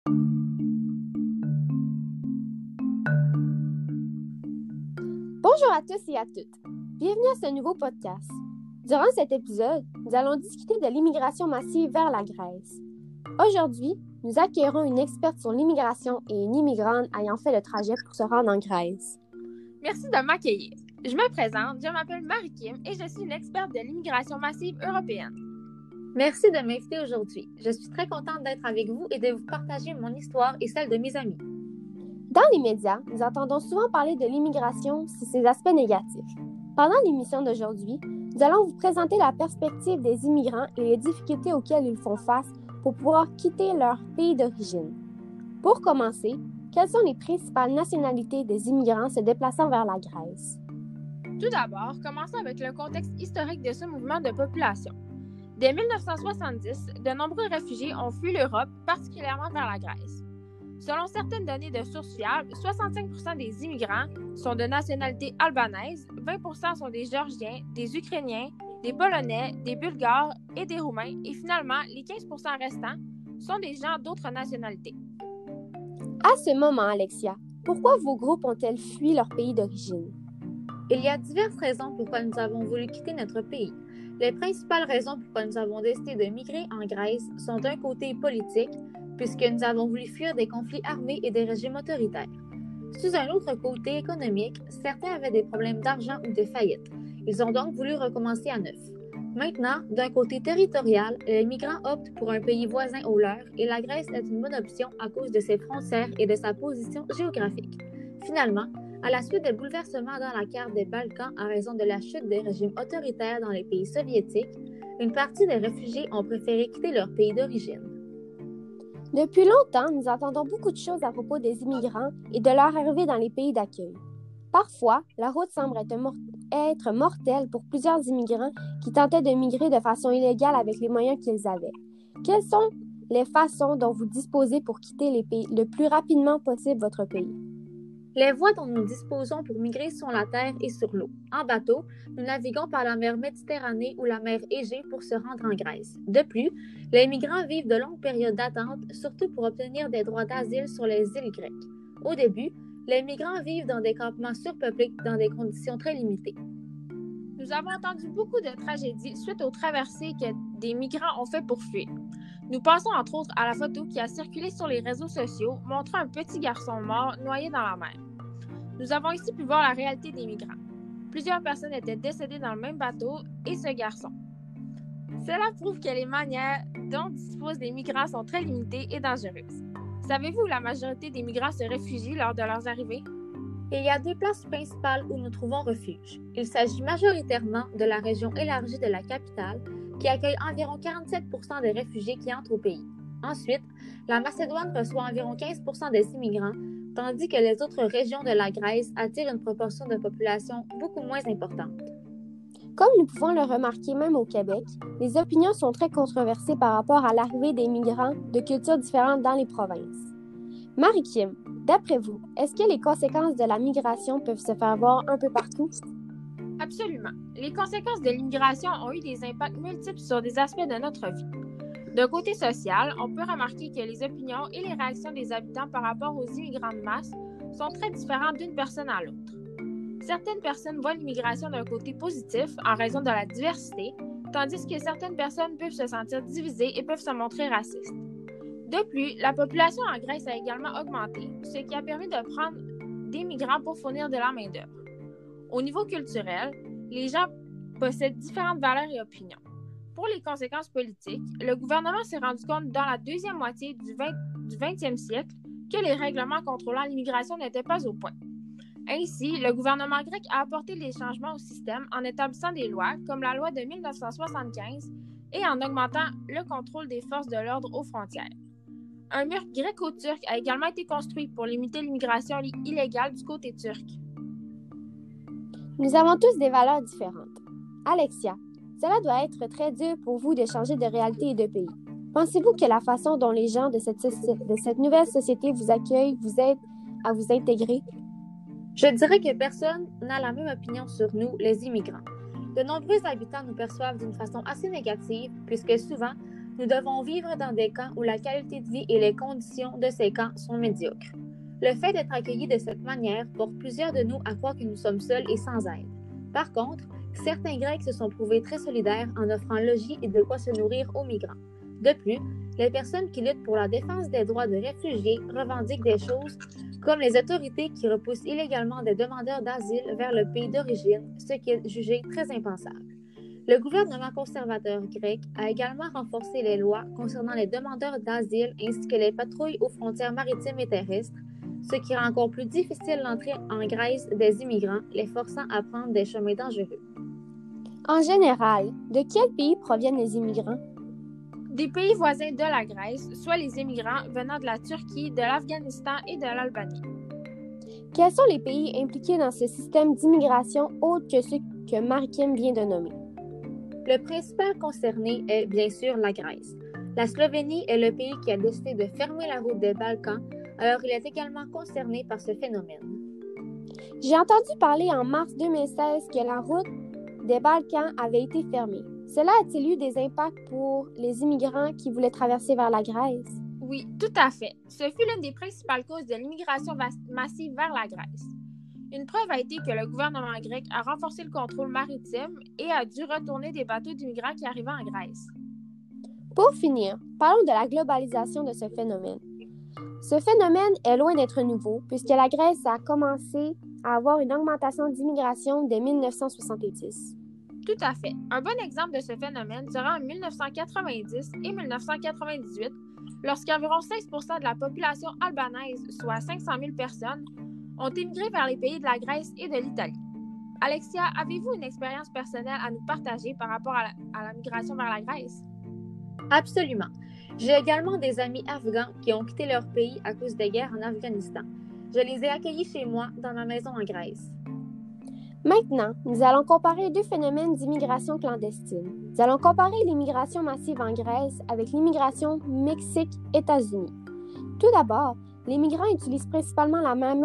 Bonjour à tous et à toutes. Bienvenue à ce nouveau podcast. Durant cet épisode, nous allons discuter de l'immigration massive vers la Grèce. Aujourd'hui, nous accueillerons une experte sur l'immigration et une immigrante ayant fait le trajet pour se rendre en Grèce. Merci de m'accueillir. Je me présente, je m'appelle Marie-Kim et je suis une experte de l'immigration massive européenne. Merci de m'inviter aujourd'hui. Je suis très contente d'être avec vous et de vous partager mon histoire et celle de mes amis. Dans les médias, nous entendons souvent parler de l'immigration sous ses aspects négatifs. Pendant l'émission d'aujourd'hui, nous allons vous présenter la perspective des immigrants et les difficultés auxquelles ils font face pour pouvoir quitter leur pays d'origine. Pour commencer, quelles sont les principales nationalités des immigrants se déplaçant vers la Grèce? Tout d'abord, commençons avec le contexte historique de ce mouvement de population. Dès 1970, de nombreux réfugiés ont fui l'Europe, particulièrement vers la Grèce. Selon certaines données de sources fiables, 65% des immigrants sont de nationalité albanaise, 20% sont des Géorgiens, des Ukrainiens, des Polonais, des Bulgares et des Roumains, et finalement, les 15% restants sont des gens d'autres nationalités. À ce moment, Alexia, pourquoi vos groupes ont-ils fui leur pays d'origine? Il y a diverses raisons pourquoi nous avons voulu quitter notre pays. Les principales raisons pourquoi nous avons décidé de migrer en Grèce sont d'un côté politique, puisque nous avons voulu fuir des conflits armés et des régimes autoritaires. Sous un autre côté économique, certains avaient des problèmes d'argent ou de faillite. Ils ont donc voulu recommencer à neuf. Maintenant, d'un côté territorial, les migrants optent pour un pays voisin au leur et la Grèce est une bonne option à cause de ses frontières et de sa position géographique. Finalement, à la suite des bouleversements dans la carte des Balkans à raison de la chute des régimes autoritaires dans les pays soviétiques, une partie des réfugiés ont préféré quitter leur pays d'origine. Depuis longtemps, nous entendons beaucoup de choses à propos des immigrants et de leur arrivée dans les pays d'accueil. Parfois, la route semble être mortelle pour plusieurs immigrants qui tentaient de migrer de façon illégale avec les moyens qu'ils avaient. Quelles sont les façons dont vous disposez pour quitter les pays le plus rapidement possible votre pays? Les voies dont nous disposons pour migrer sont la terre et sur l'eau. En bateau, nous naviguons par la mer Méditerranée ou la mer Égée pour se rendre en Grèce. De plus, les migrants vivent de longues périodes d'attente, surtout pour obtenir des droits d'asile sur les îles grecques. Au début, les migrants vivent dans des campements surpeuplés dans des conditions très limitées. Nous avons entendu beaucoup de tragédies suite aux traversées que des migrants ont fait pour fuir. Nous pensons entre autres à la photo qui a circulé sur les réseaux sociaux montrant un petit garçon mort noyé dans la mer. Nous avons ici pu voir la réalité des migrants. Plusieurs personnes étaient décédées dans le même bateau et ce garçon. Cela prouve que les manières dont disposent les migrants sont très limitées et dangereuses. Savez-vous où la majorité des migrants se réfugient lors de leurs arrivées? Il y a deux places principales où nous trouvons refuge. Il s'agit majoritairement de la région élargie de la capitale, qui accueille environ 47% des réfugiés qui entrent au pays. Ensuite, la Macédoine reçoit environ 15% des immigrants, tandis que les autres régions de la Grèce attirent une proportion de population beaucoup moins importante. Comme nous pouvons le remarquer même au Québec, les opinions sont très controversées par rapport à l'arrivée des migrants de cultures différentes dans les provinces. Marie-Kim, d'après vous, est-ce que les conséquences de la migration peuvent se faire voir un peu partout? Absolument. Les conséquences de l'immigration ont eu des impacts multiples sur des aspects de notre vie. D'un côté social, on peut remarquer que les opinions et les réactions des habitants par rapport aux immigrants de masse sont très différentes d'une personne à l'autre. Certaines personnes voient l'immigration d'un côté positif en raison de la diversité, tandis que certaines personnes peuvent se sentir divisées et peuvent se montrer racistes. De plus, la population en Grèce a également augmenté, ce qui a permis de prendre des migrants pour fournir de la main-d'œuvre. Au niveau culturel, les gens possèdent différentes valeurs et opinions. Pour les conséquences politiques, le gouvernement s'est rendu compte dans la deuxième moitié du 20e siècle que les règlements contrôlant l'immigration n'étaient pas au point. Ainsi, le gouvernement grec a apporté des changements au système en établissant des lois comme la loi de 1975 et en augmentant le contrôle des forces de l'ordre aux frontières. Un mur gréco-turc a également été construit pour limiter l'immigration illégale du côté turc. Nous avons tous des valeurs différentes. Alexia, cela doit être très dur pour vous de changer de réalité et de pays. Pensez-vous que la façon dont les gens de cette nouvelle société vous accueillent vous aide à vous intégrer? Je dirais que personne n'a la même opinion sur nous, les immigrants. De nombreux habitants nous perçoivent d'une façon assez négative, puisque souvent, Nous devons vivre dans des camps où la qualité de vie et les conditions de ces camps sont médiocres. Le fait d'être accueillis de cette manière porte plusieurs de nous à croire que nous sommes seuls et sans aide. Par contre, certains Grecs se sont prouvés très solidaires en offrant logis et de quoi se nourrir aux migrants. De plus, les personnes qui luttent pour la défense des droits de réfugiés revendiquent des choses comme les autorités qui repoussent illégalement des demandeurs d'asile vers le pays d'origine, ce qui est jugé très impensable. Le gouvernement conservateur grec a également renforcé les lois concernant les demandeurs d'asile ainsi que les patrouilles aux frontières maritimes et terrestres, ce qui rend encore plus difficile l'entrée en Grèce des immigrants, les forçant à prendre des chemins dangereux. En général, de quel pays proviennent les immigrants? Des pays voisins de la Grèce, soit les immigrants venant de la Turquie, de l'Afghanistan et de l'Albanie. Quels sont les pays impliqués dans ce système d'immigration autre que ceux que Marie-Kim vient de nommer? Le principal concerné est bien sûr la Grèce. La Slovénie est le pays qui a décidé de fermer la route des Balkans, alors il est également concerné par ce phénomène. J'ai entendu parler en mars 2016 que la route des Balkans avait été fermée. Cela a-t-il eu des impacts pour les immigrants qui voulaient traverser vers la Grèce? Oui, tout à fait. Ce fut l'une des principales causes de l'immigration massive vers la Grèce. Une preuve a été que le gouvernement grec a renforcé le contrôle maritime et a dû retourner des bateaux d'immigrants qui arrivaient en Grèce. Pour finir, parlons de la globalisation de ce phénomène. Ce phénomène est loin d'être nouveau puisque la Grèce a commencé à avoir une augmentation d'immigration dès 1970. Tout à fait. Un bon exemple de ce phénomène sera en 1990 et 1998, lorsqu'environ 16% de la population albanaise, soit 500 000 personnes, ont émigré vers les pays de la Grèce et de l'Italie. Alexia, avez-vous une expérience personnelle à nous partager par rapport à la migration vers la Grèce? Absolument. J'ai également des amis afghans qui ont quitté leur pays à cause des guerres en Afghanistan. Je les ai accueillis chez moi, dans ma maison en Grèce. Maintenant, nous allons comparer deux phénomènes d'immigration clandestine. Nous allons comparer l'immigration massive en Grèce avec l'immigration Mexique-États-Unis. Tout d'abord, les migrants utilisent principalement la mer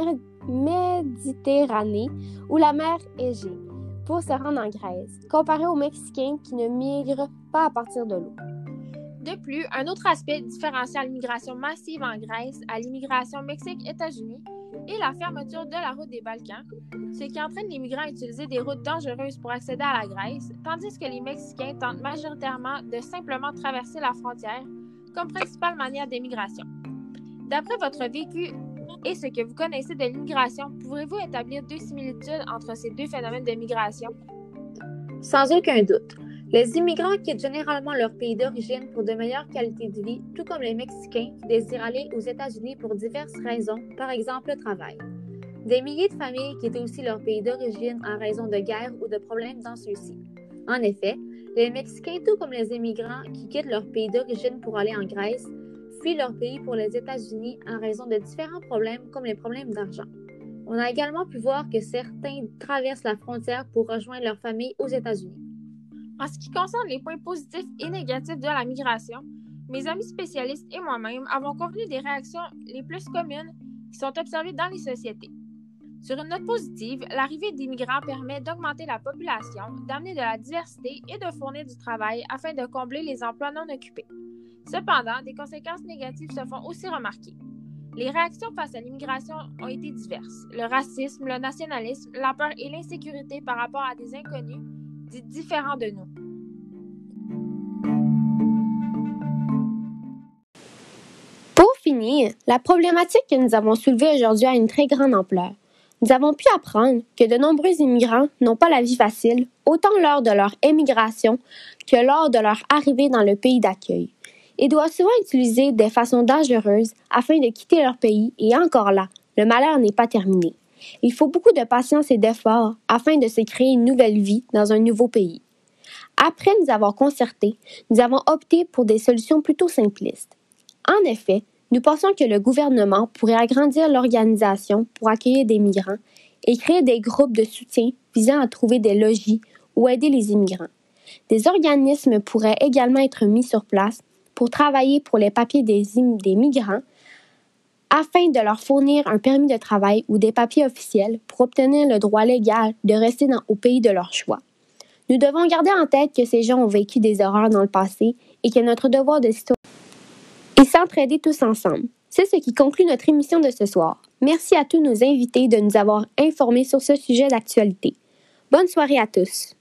Méditerranée ou la mer Égée pour se rendre en Grèce, comparé aux Mexicains qui ne migrent pas à partir de l'eau. De plus, un autre aspect différenciant l'immigration massive en Grèce à l'immigration Mexique-États-Unis est la fermeture de la route des Balkans, ce qui entraîne les migrants à utiliser des routes dangereuses pour accéder à la Grèce, tandis que les Mexicains tentent majoritairement de simplement traverser la frontière comme principale manière d'émigration. D'après votre vécu et ce que vous connaissez de l'immigration, pouvez-vous établir deux similitudes entre ces deux phénomènes de migration? Sans aucun doute. Les immigrants quittent généralement leur pays d'origine pour de meilleures qualités de vie, tout comme les Mexicains qui désirent aller aux États-Unis pour diverses raisons, par exemple le travail. Des milliers de familles quittent aussi leur pays d'origine en raison de guerres ou de problèmes dans ceux-ci. En effet, les Mexicains, tout comme les immigrants qui quittent leur pays d'origine pour aller en Grèce, fuient leur pays pour les États-Unis en raison de différents problèmes comme les problèmes d'argent. On a également pu voir que certains traversent la frontière pour rejoindre leur famille aux États-Unis. En ce qui concerne les points positifs et négatifs de la migration, mes amis spécialistes et moi-même avons convenu des réactions les plus communes qui sont observées dans les sociétés. Sur une note positive, l'arrivée d'immigrants permet d'augmenter la population, d'amener de la diversité et de fournir du travail afin de combler les emplois non occupés. Cependant, des conséquences négatives se font aussi remarquer. Les réactions face à l'immigration ont été diverses. Le racisme, le nationalisme, la peur et l'insécurité par rapport à des inconnus dits différents de nous. Pour finir, la problématique que nous avons soulevée aujourd'hui a une très grande ampleur. Nous avons pu apprendre que de nombreux immigrants n'ont pas la vie facile, autant lors de leur émigration que lors de leur arrivée dans le pays d'accueil. Ils doivent souvent utiliser des façons dangereuses afin de quitter leur pays et encore là, le malheur n'est pas terminé. Il faut beaucoup de patience et d'efforts afin de se créer une nouvelle vie dans un nouveau pays. Après nous avoir concerté, nous avons opté pour des solutions plutôt simplistes. En effet, nous pensons que le gouvernement pourrait agrandir l'organisation pour accueillir des migrants et créer des groupes de soutien visant à trouver des logis ou aider les immigrants. Des organismes pourraient également être mis sur place pour travailler pour les papiers des migrants afin de leur fournir un permis de travail ou des papiers officiels pour obtenir le droit légal de rester au pays de leur choix. Nous devons garder en tête que ces gens ont vécu des horreurs dans le passé et que notre devoir de citoyen est s'entraider tous ensemble. C'est ce qui conclut notre émission de ce soir. Merci à tous nos invités de nous avoir informés sur ce sujet d'actualité. Bonne soirée à tous.